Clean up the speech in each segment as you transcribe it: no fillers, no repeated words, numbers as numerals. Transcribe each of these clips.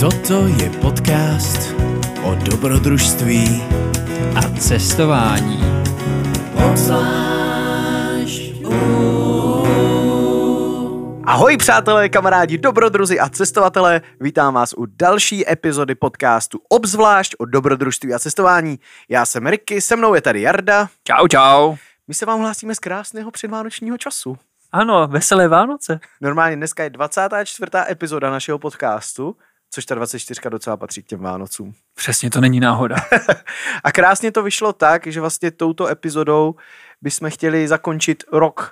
Toto je podcast o dobrodružství a cestování. Ahoj přátelé, kamarádi, dobrodruzi a cestovatelé, vítám vás u další epizody podcastu Obzvlášť o dobrodružství a cestování. Já jsem Ricky, se mnou je tady Jarda. Čau, čau. My se vám hlásíme z krásného předvánočního času. Ano, veselé Vánoce. Normálně dneska je 24. epizoda našeho podcastu, což ta 24 docela patří k těm Vánocům. Přesně, to není náhoda. A krásně to vyšlo tak, že vlastně touto epizodou bychom chtěli zakončit rok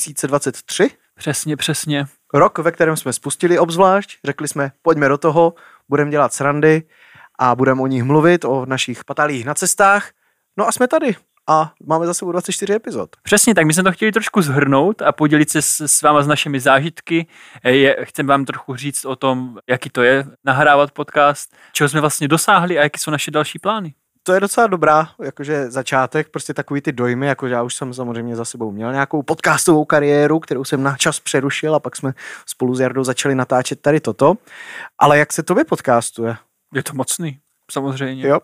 2023. Přesně. Rok, ve kterém jsme spustili Obzvlášť, řekli jsme, pojďme do toho, budeme dělat srandy a budeme o nich mluvit, o našich patalích na cestách. No a jsme tady a máme za sebou 24 epizod. Přesně, tak my jsme to chtěli trošku shrnout a podělit se s váma s našimi zážitky. Chceme vám trochu říct o tom, jaký to je nahrávat podcast, čeho jsme vlastně dosáhli a jaké jsou naše další plány. To je docela dobrá, jakože začátek, prostě takový ty dojmy, jakože já už jsem samozřejmě za sebou měl nějakou podcastovou kariéru, kterou jsem na čas přerušil a pak jsme spolu s Jardou začali natáčet tady toto. Ale jak se tobě podcastuje? Je to mocný, samozřejmě. Jo.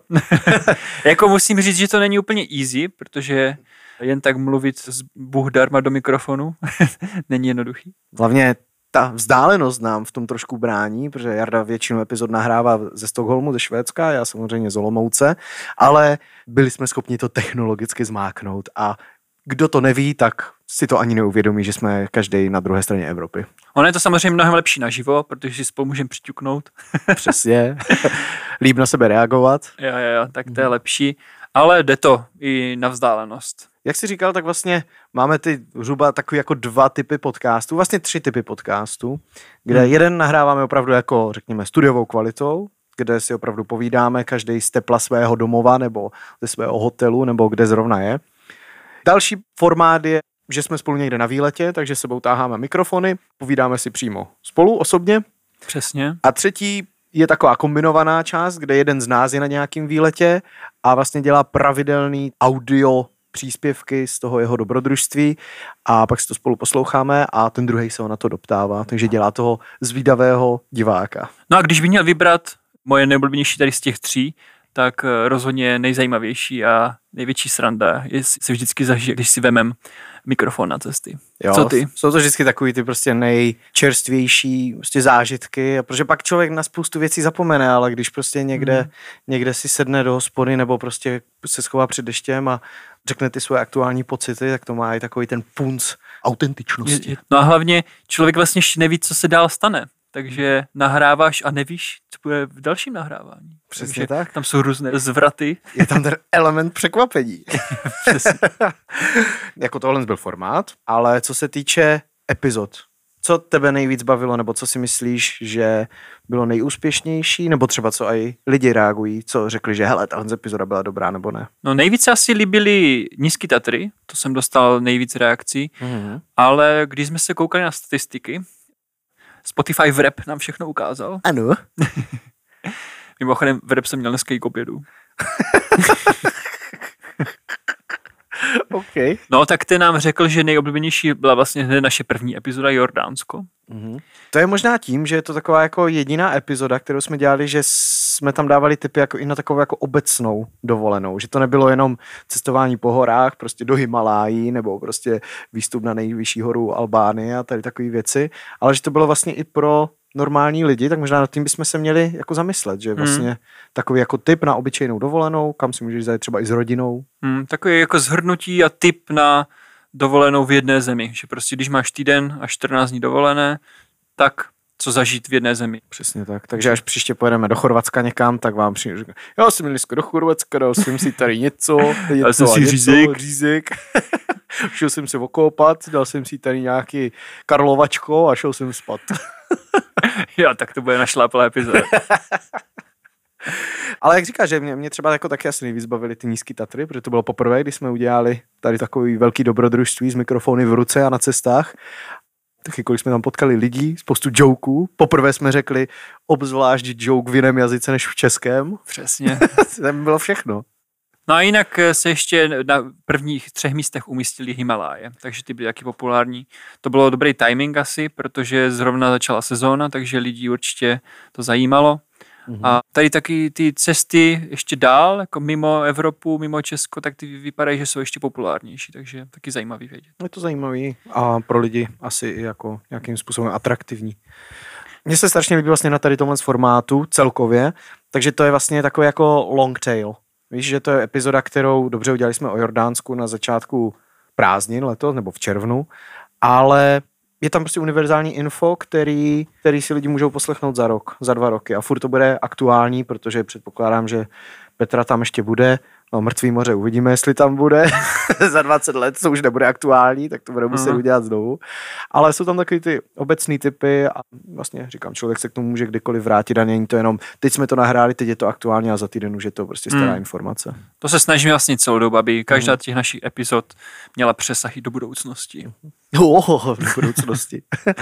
Jako musím říct, že to není úplně easy, protože jen tak mluvit z Bůh darma do mikrofonu není jednoduchý. Hlavně ta vzdálenost nám v tom trošku brání, protože Jarda většinu epizod nahrává ze Stockholmu, ze Švédska, já samozřejmě z Olomouce, ale byli jsme schopni to technologicky zmáknout a kdo to neví, tak si to ani neuvědomí, že jsme každý na druhé straně Evropy. Ono je to samozřejmě mnohem lepší naživo, protože si spolu můžeme přiťuknout. Přesně. Líp na sebe reagovat. Jo, tak to je lepší, ale jde to i na vzdálenost. Jak jsi říkal, tak vlastně máme ty zhruba takový jako 2 typy podcastů, vlastně 3 typy podcastů, kde jeden nahráváme opravdu jako, řekněme, studiovou kvalitou, kde si opravdu povídáme každý z tepla svého domova nebo ze svého hotelu nebo kde zrovna je. Další formát je, že jsme spolu někde na výletě, takže sebou táháme mikrofony, povídáme si přímo spolu osobně. Přesně. A třetí je taková kombinovaná část, kde jeden z nás je na nějakém výletě a vlastně dělá pravidelný audio příspěvky z toho jeho dobrodružství a pak si to spolu posloucháme a ten druhý se ho na to doptává, takže dělá toho zvídavého diváka. No a když bych měl vybrat moje nejoblíbenější tady z těch 3, tak rozhodně nejzajímavější a největší sranda je se vždycky zažije, když si vemem mikrofon na cesty. Jo, co ty? Jsou to vždycky takový ty prostě nejčerstvější prostě zážitky, protože pak člověk na spoustu věcí zapomene, ale když prostě někde si sedne do hospody nebo prostě se schová před deštěm a řekne ty svoje aktuální pocity, tak to má i takový ten punc autentičnosti. No a hlavně člověk vlastně ještě neví, co se dál stane. Takže nahráváš a nevíš, co bude v dalším nahrávání. Přesně takže tak. Tam jsou různé zvraty. Je tam ten element překvapení. Jako tohle byl formát, ale co se týče epizod, co tebe nejvíc bavilo, nebo co si myslíš, že bylo nejúspěšnější, nebo třeba co i lidi reagují, co řekli, že hele, tahle epizoda byla dobrá, nebo ne? No nejvíc asi líbily Nízké Tatry, to jsem dostal nejvíc reakcí, ale když jsme se koukali na statistiky, Spotify v rap nám všechno ukázal. Ano. Mimochodem, v rap jsem měl dneska i k obědu. Okay. No, tak ten nám řekl, že nejoblíbenější byla vlastně hned naše první epizoda Jordánsko. To je možná tím, že je to taková jako jediná epizoda, kterou jsme dělali, že jsme tam dávali tipy jako i na takovou jako obecnou dovolenou, že to nebylo jenom cestování po horách, prostě do Himalájí nebo prostě výstup na nejvyšší horu Albánie a tady takové věci, ale že to bylo vlastně i pro normální lidi, tak možná nad tím bychom se měli jako zamyslet, že vlastně takový jako tip na obyčejnou dovolenou, kam si můžeš zajít třeba i s rodinou. Takový jako shrnutí a tip na dovolenou v jedné zemi, že prostě když máš týden a 14 dní dovolené, tak co zažít v jedné zemi. Přesně tak, takže až příště pojedeme do Chorvatska někam, tak vám přijdu, já jsem měl do Chorvatska, dal jsem si tady něco řízek. Šel jsem se okoupat, dal jsem si tady nějaký karlovačko a šel jsem spát. Jo, tak to bude našláplá epizoda. Ale jak říkáš, že mě třeba jako taky asi nejvíc bavily ty Nízké Tatry, protože to bylo poprvé, když jsme udělali tady takový velký dobrodružství s mikrofony v ruce a na cestách. Taky kolik jsme tam potkali lidí, spoustu joků. Poprvé jsme řekli obzvlášť joke v jiném jazyce než v českém. Přesně. Tam bylo všechno. No a jinak se ještě na prvních 3 místech umístili Himaláje, takže ty byly taky populární. To bylo dobrý timing asi, protože zrovna začala sezóna, takže lidí určitě to zajímalo. A tady taky ty cesty ještě dál, jako mimo Evropu, mimo Česko, tak ty vypadají, že jsou ještě populárnější, takže taky zajímavý vědět. Je to zajímavý a pro lidi asi i jako nějakým způsobem atraktivní. Mně se strašně líbí vlastně na tady tomhle formátu celkově, takže to je vlastně takový jako long tail. Víš, že to je epizoda, kterou dobře udělali jsme o Jordánsku na začátku prázdnin letos, nebo v červnu, ale je tam prostě univerzální info, který si lidi můžou poslechnout za rok, za 2 roky a furt to bude aktuální, protože předpokládám, že Petra tam ještě bude. No, Mrtvý moře uvidíme, jestli tam bude. Za 20 let, co už nebude aktuální, tak to bude muset udělat znovu. Ale jsou tam takový ty obecný typy a vlastně říkám, člověk se k tomu může kdykoliv vrátit a není to jenom, teď jsme to nahráli, teď je to aktuální a za týden už je to prostě stará informace. To se snažíme vlastně celou dobu, aby každá těch našich epizod měla přesahy do budoucnosti. Do budoucnosti.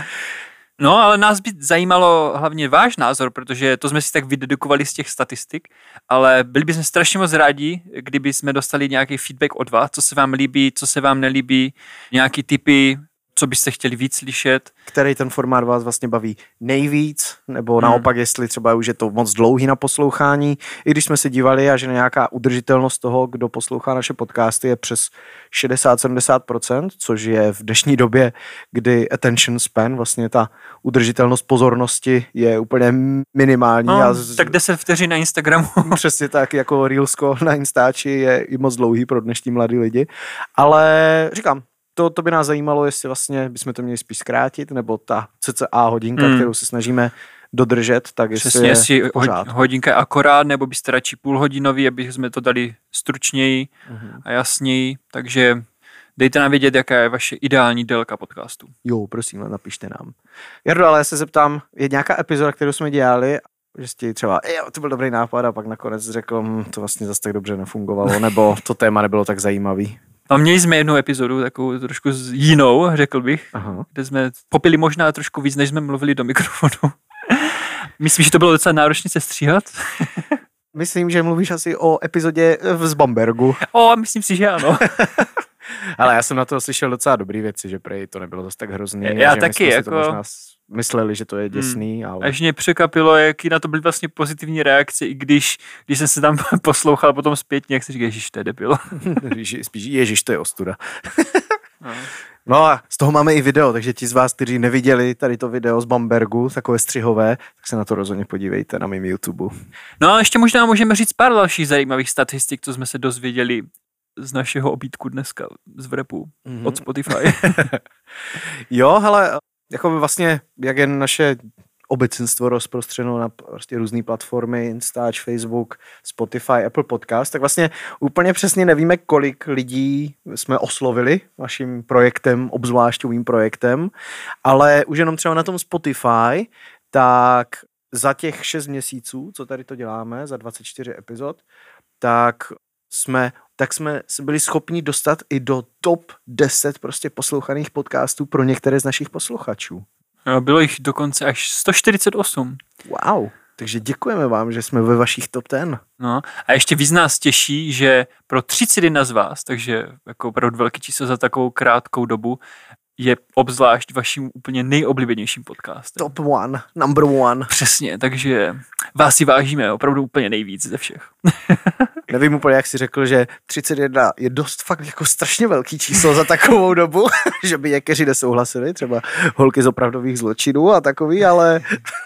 No, ale nás by zajímalo hlavně váš názor, protože to jsme si tak vydedukovali z těch statistik, ale byli bychom strašně moc rádi, kdyby jsme dostali nějaký feedback od vás, co se vám líbí, co se vám nelíbí, nějaký tipy, co byste chtěli víc slyšet. Který ten formát vás vlastně baví nejvíc, nebo naopak, jestli třeba už je to moc dlouhý na poslouchání, i když jsme se dívali a že nějaká udržitelnost toho, kdo poslouchá naše podcasty, je přes 60-70%, což je v dnešní době, kdy attention span, vlastně ta udržitelnost pozornosti je úplně minimální. No, tak 10 vteřin na Instagramu. Přesně tak, jako Reelsko na Instači je i moc dlouhý pro dnešní mladý lidi, ale říkám, to by nás zajímalo, jestli vlastně bychom to měli spíš zkrátit, nebo ta cca hodinka, kterou se snažíme dodržet, tak přesně, jestli hodinka je akorát, nebo byste radši půlhodinový, aby jsme to dali stručněji a jasněji, takže dejte nám vědět, jaká je vaše ideální délka podcastu. Jo, prosím, napište nám. Jardo, ale já se zeptám, je nějaká epizoda, kterou jsme dělali, že jste třeba, to byl dobrý nápad a pak nakonec řekl, to vlastně zase tak dobře nefungovalo, nebo to téma nebylo tak zajímavý. A měli jsme jednu epizodu, takovou trošku jinou, řekl bych, kde jsme popili možná trošku víc, než jsme mluvili do mikrofonu. Myslím, že to bylo docela náročné se stříhat. Myslím, že mluvíš asi o epizodě z Bambergu. Myslím si, že ano. Ale já jsem na to slyšel docela dobrý věci, že prej to nebylo zase tak hrozný. Já že taky, jako... to možná mysleli, že to je děsný. Ale... Až mě překvapilo, jaký na to byly vlastně pozitivní reakce, i když jsem se tam poslouchal potom zpětně, jak si říká, ježiš, to je debil. Spíš ježiš, to je ostuda. No a z toho máme i video, takže ti z vás, kteří neviděli tady to video z Bambergu, takové střihové, tak se na to rozhodně podívejte na mým YouTube. No a ještě možná můžeme říct pár dalších zajímavých statistik, co jsme se dozvěděli z našeho obídku dneska z vrepu od Spotify. Jo, hele, jako by vlastně, jak je naše obecenstvo rozprostřeno na prostě různé platformy, Instač, Facebook, Spotify, Apple Podcast, tak vlastně úplně přesně nevíme, kolik lidí jsme oslovili naším projektem, obzvlášťovým projektem, ale už jenom třeba na tom Spotify, tak za těch 6 měsíců, co tady to děláme, za 24 epizod, tak jsme byli schopni dostat i do top 10 prostě poslouchaných podcastů pro některé z našich posluchačů. Bylo jich dokonce až 148. Wow, takže děkujeme vám, že jsme ve vašich top 10. No a ještě víc nás těší, že pro 31 z vás, takže jako opravdu velký číslo za takovou krátkou dobu, je obzvlášť vaším úplně nejoblíbenějším podcastem. Top 1, number 1. Přesně, takže vás si vážíme opravdu úplně nejvíc ze všech. Nevím úplně, jak jsi řekl, že 31 je dost fakt jako strašně velký číslo za takovou dobu, že by někteří nesouhlasili, třeba holky z opravdových zločinů a takový, ale...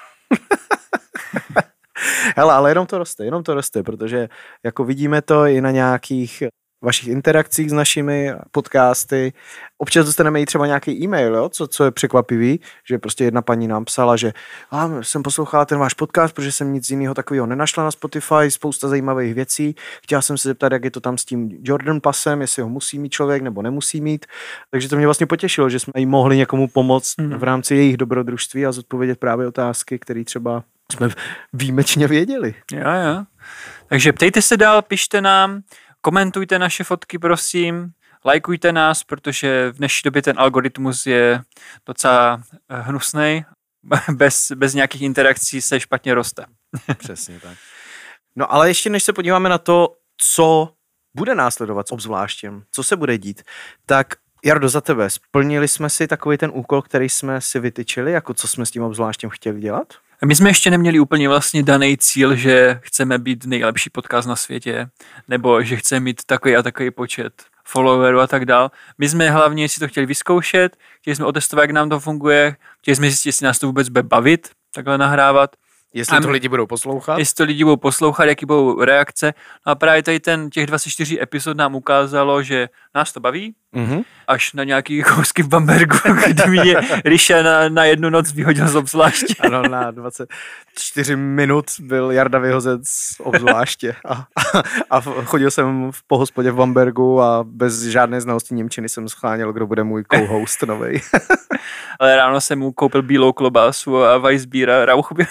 Hele, ale jenom to roste, protože jako vidíme to i na nějakých vašich interakcích s našimi podcasty. Občas dostaneme i třeba nějaký e-mail, jo? Co je překvapivý, že prostě jedna paní nám psala, že jsem poslouchala ten váš podcast, protože jsem nic jiného takového nenašla na Spotify, spousta zajímavých věcí. Chtěla jsem se zeptat, jak je to tam s tím Jordan Passem, jestli ho musí mít člověk nebo nemusí mít. Takže to mě vlastně potěšilo, že jsme jí mohli někomu pomoct v rámci jejich dobrodružství a zodpovědět právě otázky, které třeba jsme výjimečně věděli. Jo. Takže ptejte se dál, pište nám, komentujte naše fotky, prosím, lajkujte nás, protože v dnešní době ten algoritmus je docela hnusnej. Bez nějakých interakcí se špatně roste. Přesně tak. No ale ještě než se podíváme na to, co bude následovat s obzvláštěm, co se bude dít, tak Jardo, za tebe, splnili jsme si takový ten úkol, který jsme si vytyčili, jako co jsme s tím obzvláštěm chtěli dělat? My jsme ještě neměli úplně vlastně daný cíl, že chceme být nejlepší podcast na světě, nebo že chceme mít takový a takový počet followerů a tak dál. My jsme hlavně si to chtěli vyzkoušet, chtěli jsme otestovat, jak nám to funguje, chtěli jsme zjistit, jestli nás to vůbec bude bavit, takhle nahrávat. Jestli to lidi budou poslouchat. Jestli to lidi budou poslouchat, jaký budou reakce. No a právě tady těch 24 epizod nám ukázalo, že nás to baví, až na nějaký kousky v Bambergu, kdy mě Ríša na jednu noc vyhodil z obzvláště. Ano, na 24 minut byl Jarda vyhozen z obzvláště a chodil jsem po hospodě v Bambergu a bez žádné znalosti němčiny jsem scháněl, kdo bude můj co-host novej. Ale ráno jsem mu koupil bílou klobásu a Weissbier a Rauchbier.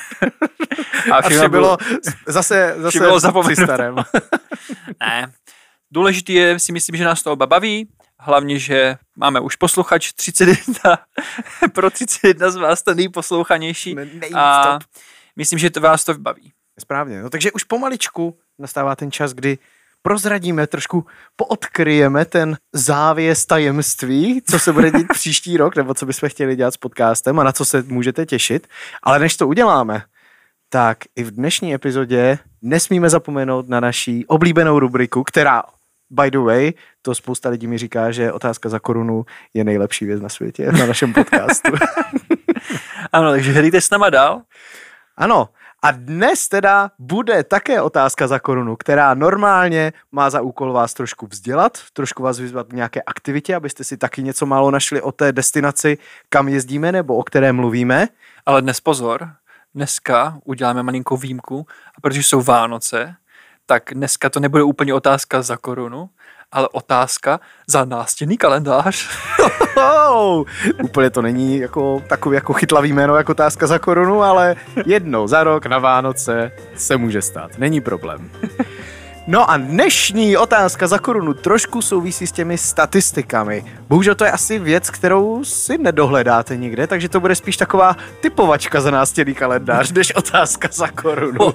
A vše bylo zase při starém. Ne. Důležitý je, si myslím, že nás to oba baví. Hlavně, že máme už posluchač 31. Pro 31 z vás to nejposlouchanější. A myslím, že to vás to baví. Správně. No takže už pomaličku nastává ten čas, kdy prozradíme, trošku poodkryjeme ten závěs tajemství, co se bude dít příští rok, nebo co bychom chtěli dělat s podcastem a na co se můžete těšit. Ale než to uděláme, tak i v dnešní epizodě nesmíme zapomenout na naší oblíbenou rubriku, která, by the way, to spousta lidí mi říká, že otázka za korunu je nejlepší věc na světě na našem podcastu. Ano, takže hrajte s náma dál. Ano, a dnes teda bude také otázka za korunu, která normálně má za úkol vás trošku vzdělat, trošku vás vyzvat k nějaké aktivitě, abyste si taky něco málo našli o té destinaci, kam jezdíme nebo o které mluvíme. Ale dnes pozor, dneska uděláme malinkou výjimku, a protože jsou Vánoce, tak dneska to nebude úplně otázka za korunu, ale otázka za nástěnný kalendář. Úplně to není jako takový jako chytlavý jméno jako otázka za korunu, ale jednou za rok na Vánoce se může stát. Není problém. No a dnešní otázka za korunu trošku souvisí s těmi statistikami. Bohužel to je asi věc, kterou si nedohledáte nikde, takže to bude spíš taková typovačka za nástěnný kalendář, než otázka za korunu.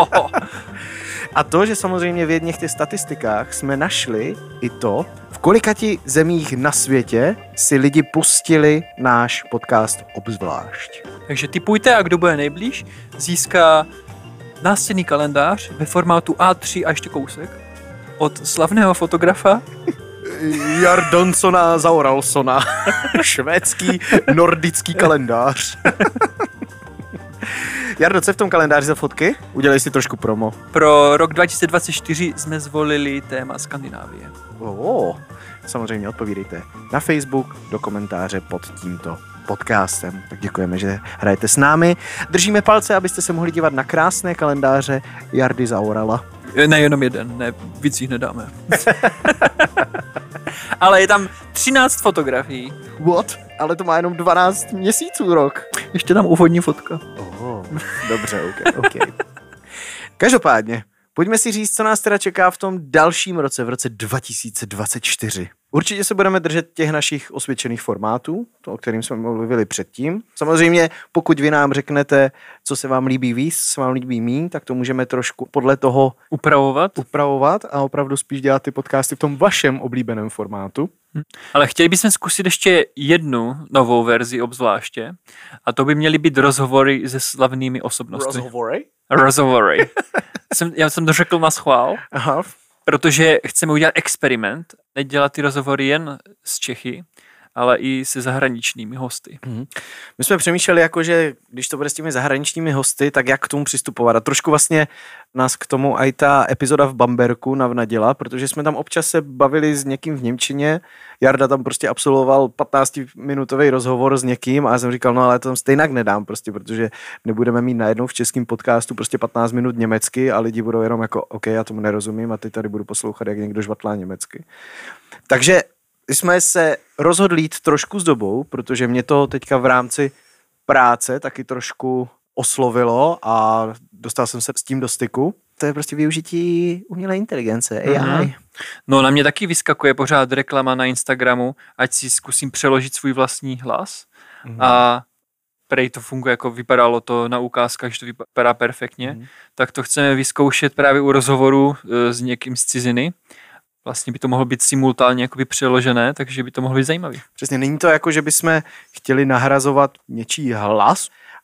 A to, že samozřejmě v jedných těch statistikách jsme našli i to, v kolikati zemích na světě si lidi pustili náš podcast obzvlášť. Takže tipujte a kdo bude nejblíž, získá nástěnný kalendář ve formátu A3 a ještě kousek od slavného fotografa Jardonsona Zaoralsona. Švédský nordický kalendář. Jardo, co je v tom kalendáři za fotky? Udělej si trošku promo. Pro rok 2024 jsme zvolili téma Skandinávie. Samozřejmě odpovídejte na Facebook, do komentáře pod tímto podcastem. Tak děkujeme, že hrajete s námi. Držíme palce, abyste se mohli dívat na krásné kalendáře Jardy Zaorala. Ne, jenom jeden, ne, víc jich nedáme. Ale je tam 13 fotografií. What? Ale to má jenom 12 měsíců rok. Ještě tam úvodní fotka. Dobře, ok. Každopádně, pojďme si říct, co nás teda čeká v tom dalším roce, v roce 2024. Určitě se budeme držet těch našich osvědčených formátů, to, o kterým jsme mluvili předtím. Samozřejmě, pokud vy nám řeknete, co se vám líbí víc, co se vám líbí míň, tak to můžeme trošku podle toho upravovat a opravdu spíš dělat ty podcasty v tom vašem oblíbeném formátu. Ale chtěli bychom zkusit ještě jednu novou verzi obzvláště a to by měly být rozhovory se slavnými osobnostmi. Rozhovory. Já jsem to řekl na schvál. Aha. Protože chceme udělat experiment, nedělat ty rozhovory jen z Čechy, ale i se zahraničními hosty. My jsme přemýšleli, jakože když to bude s těmi zahraničními hosty, tak jak k tomu přistupovat. A trošku vlastně nás k tomu i ta epizoda v Bamberku navnadila, protože jsme tam občas se bavili s někým v němčině. Jarda tam prostě absolvoval 15-minutový rozhovor s někým a já jsem říkal, no ale to tam stejnak nedám prostě, protože nebudeme mít najednou v českém podcastu prostě 15 minut německy a lidi budou jenom jako, OK, já tomu nerozumím a teď tady budu poslouchat, jak někdo žvatlá německy. Takže jsme se rozhodli jít trošku s dobou, protože mě to teďka v rámci práce taky trošku oslovilo a dostal jsem se s tím do styku. To je prostě využití umělé inteligence, AI. No na mě taky vyskakuje pořád reklama na Instagramu, ať si zkusím přeložit svůj vlastní hlas a prej to funguje, jako vypadalo to na ukázkách, že to vypadá perfektně, tak to chceme vyzkoušet právě u rozhovoru s někým z ciziny. Vlastně by to mohlo být simultánně jakoby přeložené, takže by to mohlo být zajímavý. Přesně, není to jako, že bychom chtěli nahrazovat něčí hlas,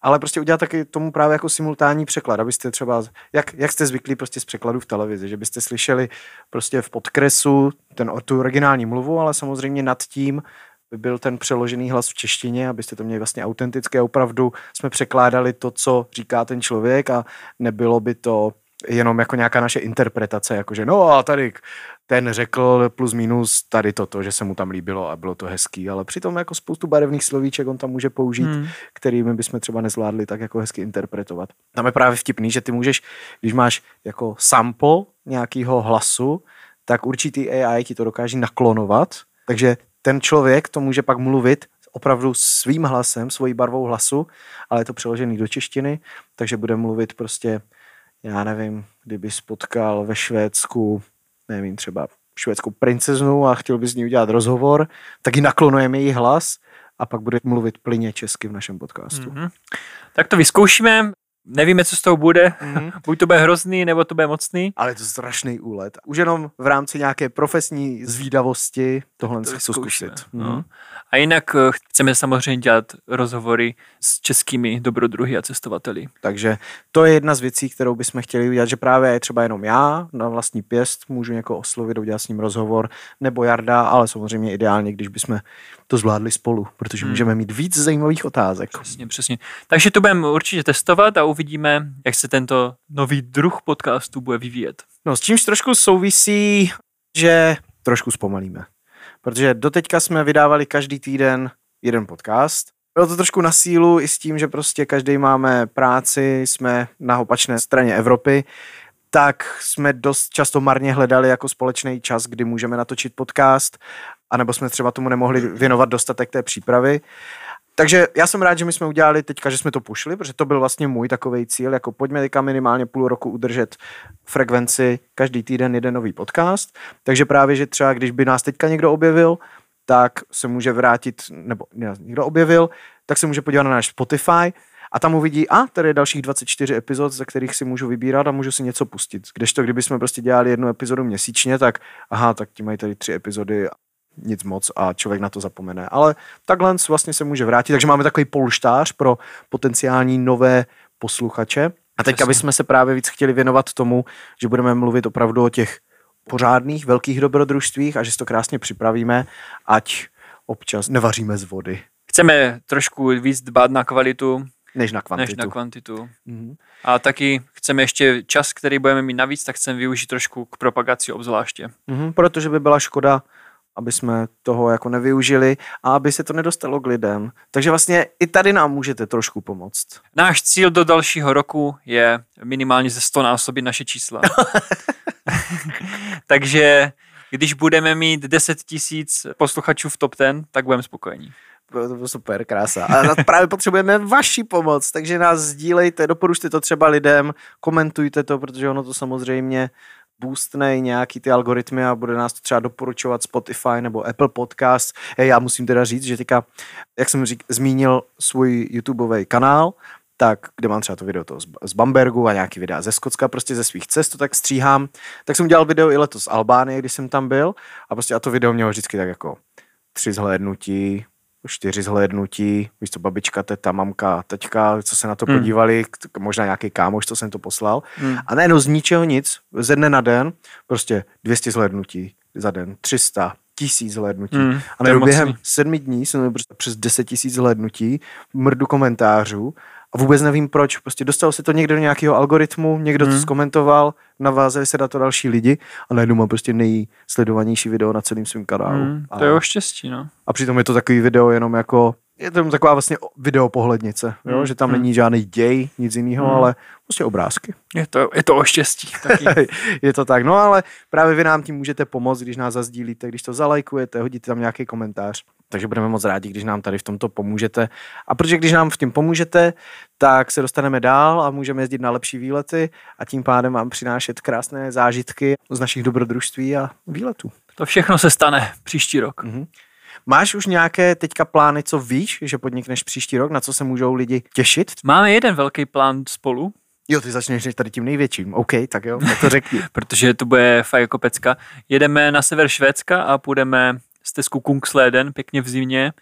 ale prostě udělat taky tomu právě jako simultánní překlad, abyste třeba, jak jste zvyklí prostě z překladu v televizi, že byste slyšeli prostě v podkresu tu originální mluvu, ale samozřejmě nad tím by byl ten přeložený hlas v češtině, abyste to měli vlastně autentické. Opravdu jsme překládali to, co říká ten člověk a nebylo by to jenom jako nějaká naše interpretace, jakože no a tady ten řekl plus minus tady toto, že se mu tam líbilo a bylo to hezký, ale přitom jako spoustu barevných slovíček on tam může použít, kterými bychom třeba nezvládli tak jako hezky interpretovat. Tam je právě vtipný, že ty můžeš, když máš jako sample nějakého hlasu, tak určitý AI ti to dokáže naklonovat, takže ten člověk to může pak mluvit opravdu svým hlasem, svojí barvou hlasu, ale je to přeložený do češtiny, takže bude mluvit prostě, já nevím, kdyby spotkal ve Švédsku, nevím, třeba švédskou princeznu a chtěl by s ní udělat rozhovor, tak ji naklonujeme její hlas a pak bude mluvit plyně česky v našem podcastu. Mm-hmm. Tak to vyzkoušíme. Nevíme, co z toho bude. Buď to bude hrozný, nebo to bude mocný. Ale je to strašný úlet. Už jenom v rámci nějaké profesní zvídavosti tohle to zkusit. No. A jinak chceme samozřejmě dělat rozhovory s českými dobrodruhy a cestovateli. Takže to je jedna z věcí, kterou bychom chtěli udělat, že právě třeba jenom já na vlastní pěst můžu někoho oslovit, udělat s ním rozhovor, nebo Jarda, ale samozřejmě ideálně, když bychom to zvládli spolu, protože můžeme mít víc zajímavých otázek. Přesně. Takže to budeme určitě testovat a uvidíme, jak se tento nový druh podcastu bude vyvíjet. No, s čímž trošku souvisí, že trošku zpomalíme. Protože doteďka jsme vydávali každý týden jeden podcast. Bylo to trošku na sílu i s tím, že prostě každý máme práci, jsme na opačné straně Evropy, tak jsme dost často marně hledali jako společný čas, kdy můžeme natočit podcast, anebo jsme třeba tomu nemohli věnovat dostatek té přípravy. Takže já jsem rád, že my jsme udělali teďka, že jsme to pušli, protože to byl vlastně můj takovej cíl, jako pojďme teďka minimálně půl roku udržet frekvenci každý týden jeden nový podcast, takže právě, že třeba když by nás teďka někdo objevil, tak se může vrátit, nebo někdo objevil, tak se může podívat na náš Spotify a tam uvidí, tady je dalších 24 epizod, ze kterých si můžu vybírat a můžu si něco pustit. Kdežto, kdyby jsme prostě dělali jednu epizodu měsíčně, tak tak ti mají tady 3 epizody, nic moc a člověk na to zapomene. Ale takhle vlastně se může vrátit, takže máme takový polštář pro potenciální nové posluchače. A teďka bychom se právě víc chtěli věnovat tomu, že budeme mluvit opravdu o těch pořádných velkých dobrodružstvích a že si to krásně připravíme, ať občas nevaříme z vody. Chceme trošku víc dbát na kvalitu, než na kvantitu. A taky chceme ještě čas, který budeme mít navíc, tak chceme využít trošku k propagaci obzvláště. Protože by byla škoda, aby jsme toho jako nevyužili a aby se to nedostalo k lidem. Takže vlastně i tady nám můžete trošku pomoct. Náš cíl do dalšího roku je minimálně ze 100 násobit naše čísla. Takže když budeme mít 10 000 posluchačů v top 10, tak budeme spokojení. To bylo super, krása. A právě potřebujeme vaši pomoc, takže nás sdílejte, doporučte to třeba lidem, komentujte to, protože ono to samozřejmě boostnej nějaký ty algoritmy a bude nás to třeba doporučovat Spotify nebo Apple Podcast. Já musím teda říct, že teďka, jak jsem zmínil svůj YouTubeový kanál, tak kde mám třeba to video z Bambergu a nějaký videa ze Skotska, prostě ze svých cest, to tak stříhám, tak jsem udělal video i letos z Albánie, když jsem tam byl a prostě a to video mělo vždycky tak jako 3 zhlédnutí, 4 zhlédnutí, víš co, babička, teta, mamka, teďka, co se na to podívali, možná nějaký kámoš, co jsem to poslal. A najednou z ničeho nic, ze dne na den, prostě 200 zhlédnutí za den, 300, 1000 zhlédnutí. A najednou během 7 dní jsem měl prostě přes 10 000 zhlédnutí, mrdu komentářů a vůbec nevím proč. Prostě dostalo se to někde do nějakého algoritmu, někdo to zkomentoval, navázali se na to další lidi a najednou mám prostě nejsledovanější video na celém svém kanálu. To je o štěstí, no. A přitom je to takový video jenom jako, je to taková vlastně video pohlednice, jo? Že tam není žádný děj, nic jiného, ale prostě obrázky. Je to o štěstí taky. Je to tak, no ale právě vy nám tím můžete pomoct, když nás zazdílíte, když to zalajkujete, hodíte tam nějaký komentář. Takže budeme moc rádi, když nám tady v tomto pomůžete. A protože když nám v tím pomůžete, tak se dostaneme dál a můžeme jezdit na lepší výlety a tím pádem vám přinášet krásné zážitky z našich dobrodružství a výletů. To všechno se stane příští rok. Máš už nějaké teďka plány, co víš, že podnikneš příští rok, na co se můžou lidi těšit? Máme jeden velký plán spolu. Jo, ty začneš tady tím největším. OK, tak jo, tak to řekni. Protože to bude fakt jako pecka. Jedeme na sever Švédska a půjdeme stezku Kungsleden, pěkně v zimě,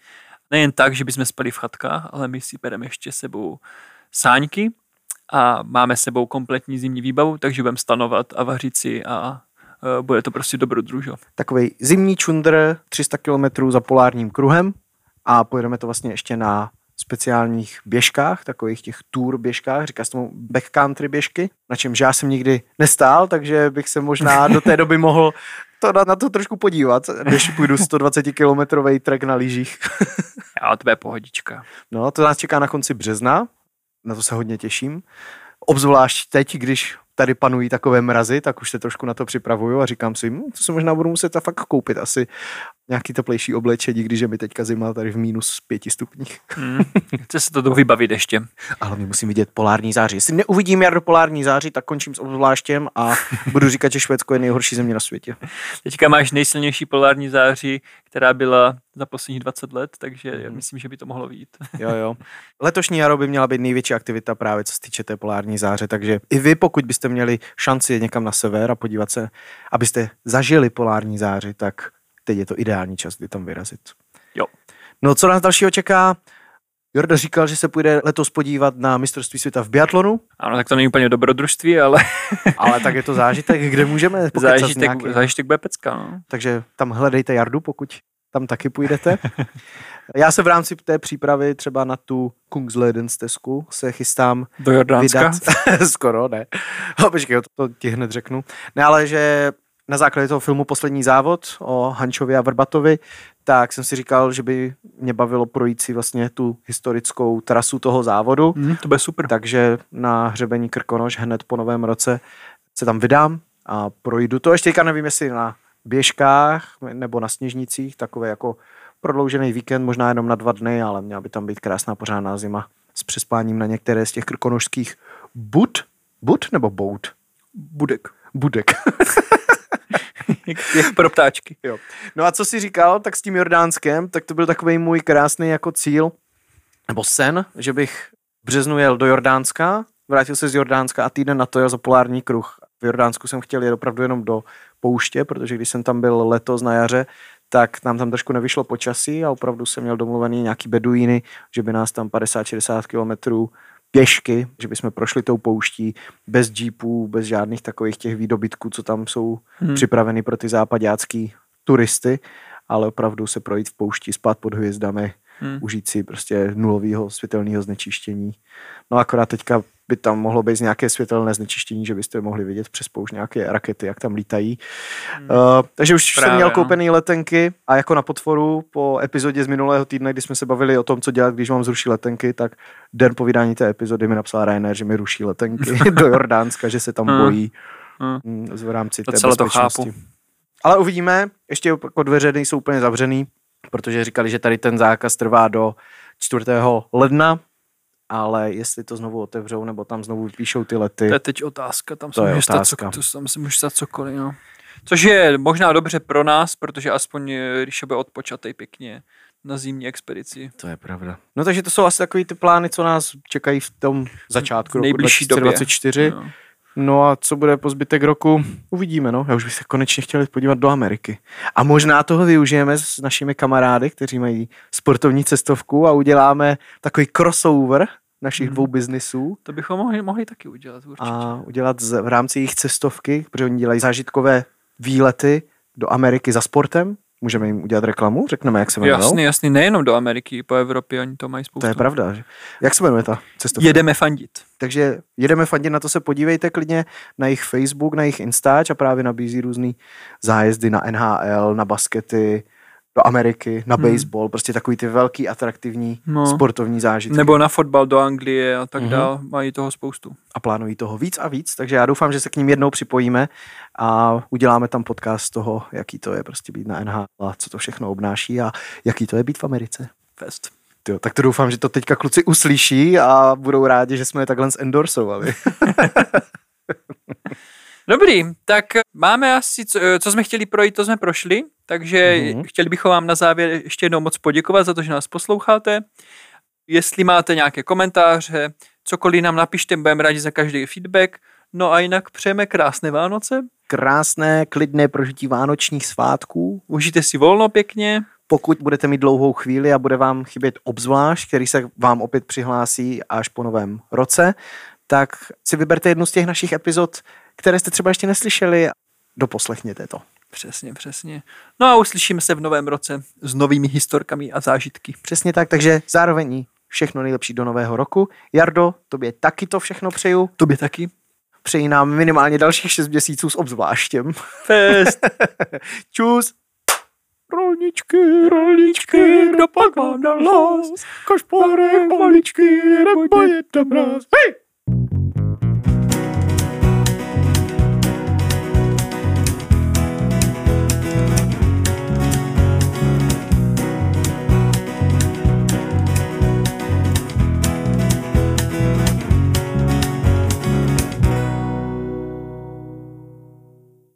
nejen tak, že bychom spali v chatkách, ale my si bereme ještě sebou sáňky a máme sebou kompletní zimní výbavu, takže budeme stanovat a vařit si a bude to prostě dobrodružo. Takovej zimní čundr 300 km za polárním kruhem a pojedeme to vlastně ještě na speciálních běžkách, takových těch tour běžkách, říká se tomu backcountry běžky, na čemž já jsem nikdy nestál, takže bych se možná do té doby mohl na to trošku podívat, když půjdu 120-kilometrový trek na lyžích. Já, to bude pohodička. No, to nás čeká na konci března, na to se hodně těším. Obzvlášť teď, když tady panují takové mrazy, tak už se trošku na to připravuju a říkám si, to se možná budu muset fakt koupit asi nějaký teplejší oblečení, když je mi teďka zima tady v -5 stupních. Chce se to vybavit ještě. A hlavně musím vidět polární září. Jestli neuvidím jar do polární září, tak končím s obzvláštěm a budu říkat, že Švédsko je nejhorší země na světě. Teďka máš nejsilnější polární září, která byla za posledních 20 let, takže já myslím, že by to mohlo vyjít. Jo. Letošní jaro by měla být největší aktivita právě co se týče té polární záře, takže i vy, pokud byste měli šanci jet někam na sever a podívat se, abyste zažili polární záři, tak teď je to ideální čas, kdy tam vyrazit. Jo. No, co nás dalšího čeká? Jorda říkal, že se půjde letos podívat na mistrovství světa v biatlonu. Ano, tak to není úplně dobrodružství, ale... ale tak je to zážitek, kde můžeme zážitek bude pecka, no. Takže tam hledejte Jardu, pokud tam taky půjdete. Já se v rámci té přípravy třeba na tu Kungsleden stezku se chystám do Jordánska. Skoro, ne. Počkej, to ti hned řeknu. Ne, ale že na základě toho filmu Poslední závod o Hančovi a Vrbatovi, tak jsem si říkal, že by mě bavilo projít si vlastně tu historickou trasu toho závodu. To bude super. Takže na hřebení Krkonoš hned po novém roce se tam vydám a projdu to. Ještě teďka nevím, jestli na běžkách nebo na sněžnicích, takové jako prodloužený víkend, možná jenom na 2 dny, ale měla by tam být krásná pořádná zima s přespáním na některé z těch krkonošských bud nebo bout? Budek. Jak pro ptáčky. Jo. No a co jsi říkal, tak s tím Jordánskem, tak to byl takový můj krásný jako cíl, nebo sen, že bych v březnu jel do Jordánska, vrátil se z Jordánska a týden na to jel za polární kruh. V Jordánsku jsem chtěl jít opravdu jenom do pouště, protože když jsem tam byl letos na jaře, tak nám tam trošku nevyšlo počasí a opravdu jsem měl domluvený nějaký beduíny, že by nás tam 50-60 kilometrů pěšky, že bychom prošli tou pouští bez jeepů, bez žádných takových těch výdobytků, co tam jsou připraveny pro ty západácký turisty, ale opravdu se projít v poušti, spát pod hvězdami, užít si prostě nulového světelného znečištění. No akorát teďka by tam mohlo být nějaké světelné znečištění, že byste mohli vidět přes poušť nějaké rakety, jak tam lítají. Takže už jsem měl koupený letenky a jako na potvoru po epizodě z minulého týdne, kdy jsme se bavili o tom, co dělat, když vám zruší letenky, tak den po vydání té epizody mi napsal Ryanair, že mi ruší letenky do Jordánska, že se tam bojí v rámci té bezpečnosti. Ale uvidíme, ještě jako dveře nejsou úplně zavřený, protože říkali, že tady ten zákaz trvá do 4. ledna, ale jestli to znovu otevřou, nebo tam znovu vypíšou ty lety. To je teď otázka, tam se může stát cokoliv, no. Což je možná dobře pro nás, protože aspoň když bude odpočatej pěkně na zimní expedici. To je pravda. No takže to jsou asi takový ty plány, co nás čekají v tom začátku roku 2024. No a co bude po zbytek roku, uvidíme, no. Já už bych se konečně chtěl podívat do Ameriky. A možná toho využijeme s našimi kamarády, kteří mají sportovní cestovku a uděláme takový crossover našich 2 biznisů. To bychom mohli taky udělat určitě. A udělat v rámci jejich cestovky, protože oni dělají zážitkové výlety do Ameriky za sportem. Můžeme jim udělat reklamu? Řekneme, jak se jmenuje. Jasný, nejenom do Ameriky, po Evropě, oni to mají spoustu. To je pravda. Jak se jmenuje ta cestovka? Jedeme fandit. Takže jedeme fandit, na to se podívejte klidně na jejich Facebook, na jejich Instač a právě nabízí různý zájezdy na NHL, na baskety, do Ameriky, na baseball, prostě takový ty velký, atraktivní sportovní zážitky. Nebo na fotbal do Anglie a tak dál, mají toho spoustu. A plánují toho víc a víc, takže já doufám, že se k ním jednou připojíme a uděláme tam podcast z toho, jaký to je prostě být na NHL a co to všechno obnáší a jaký to je být v Americe. Fest. Jo, tak to doufám, že to teďka kluci uslyší a budou rádi, že jsme je takhle endorsovali. Dobrý, tak máme asi, co jsme chtěli projít, to jsme prošli, takže chtěli bychom vám na závěr ještě jednou moc poděkovat za to, že nás posloucháte. Jestli máte nějaké komentáře, cokoliv nám napište, budeme rádi za každý feedback. No a jinak přejeme krásné Vánoce. Krásné, klidné prožití vánočních svátků. Užijte si volno pěkně. Pokud budete mít dlouhou chvíli a bude vám chybět obzvlášť, který se vám opět přihlásí až po novém roce, tak si vyberte jednu z těch našich epizod, které jste třeba ještě neslyšeli, doposlechněte to. Přesně. No a uslyšíme se v novém roce s novými historkami a zážitky. Přesně tak, takže zároveň všechno nejlepší do nového roku. Jardo, tobě taky to všechno přeju. Tobě taky. Přeji nám minimálně dalších 6 měsíců s obzvláštěm. Fest. Čus. Rolničky, kdo pak má na los? Košporek, maličky, nebo je tam mráz. Hej!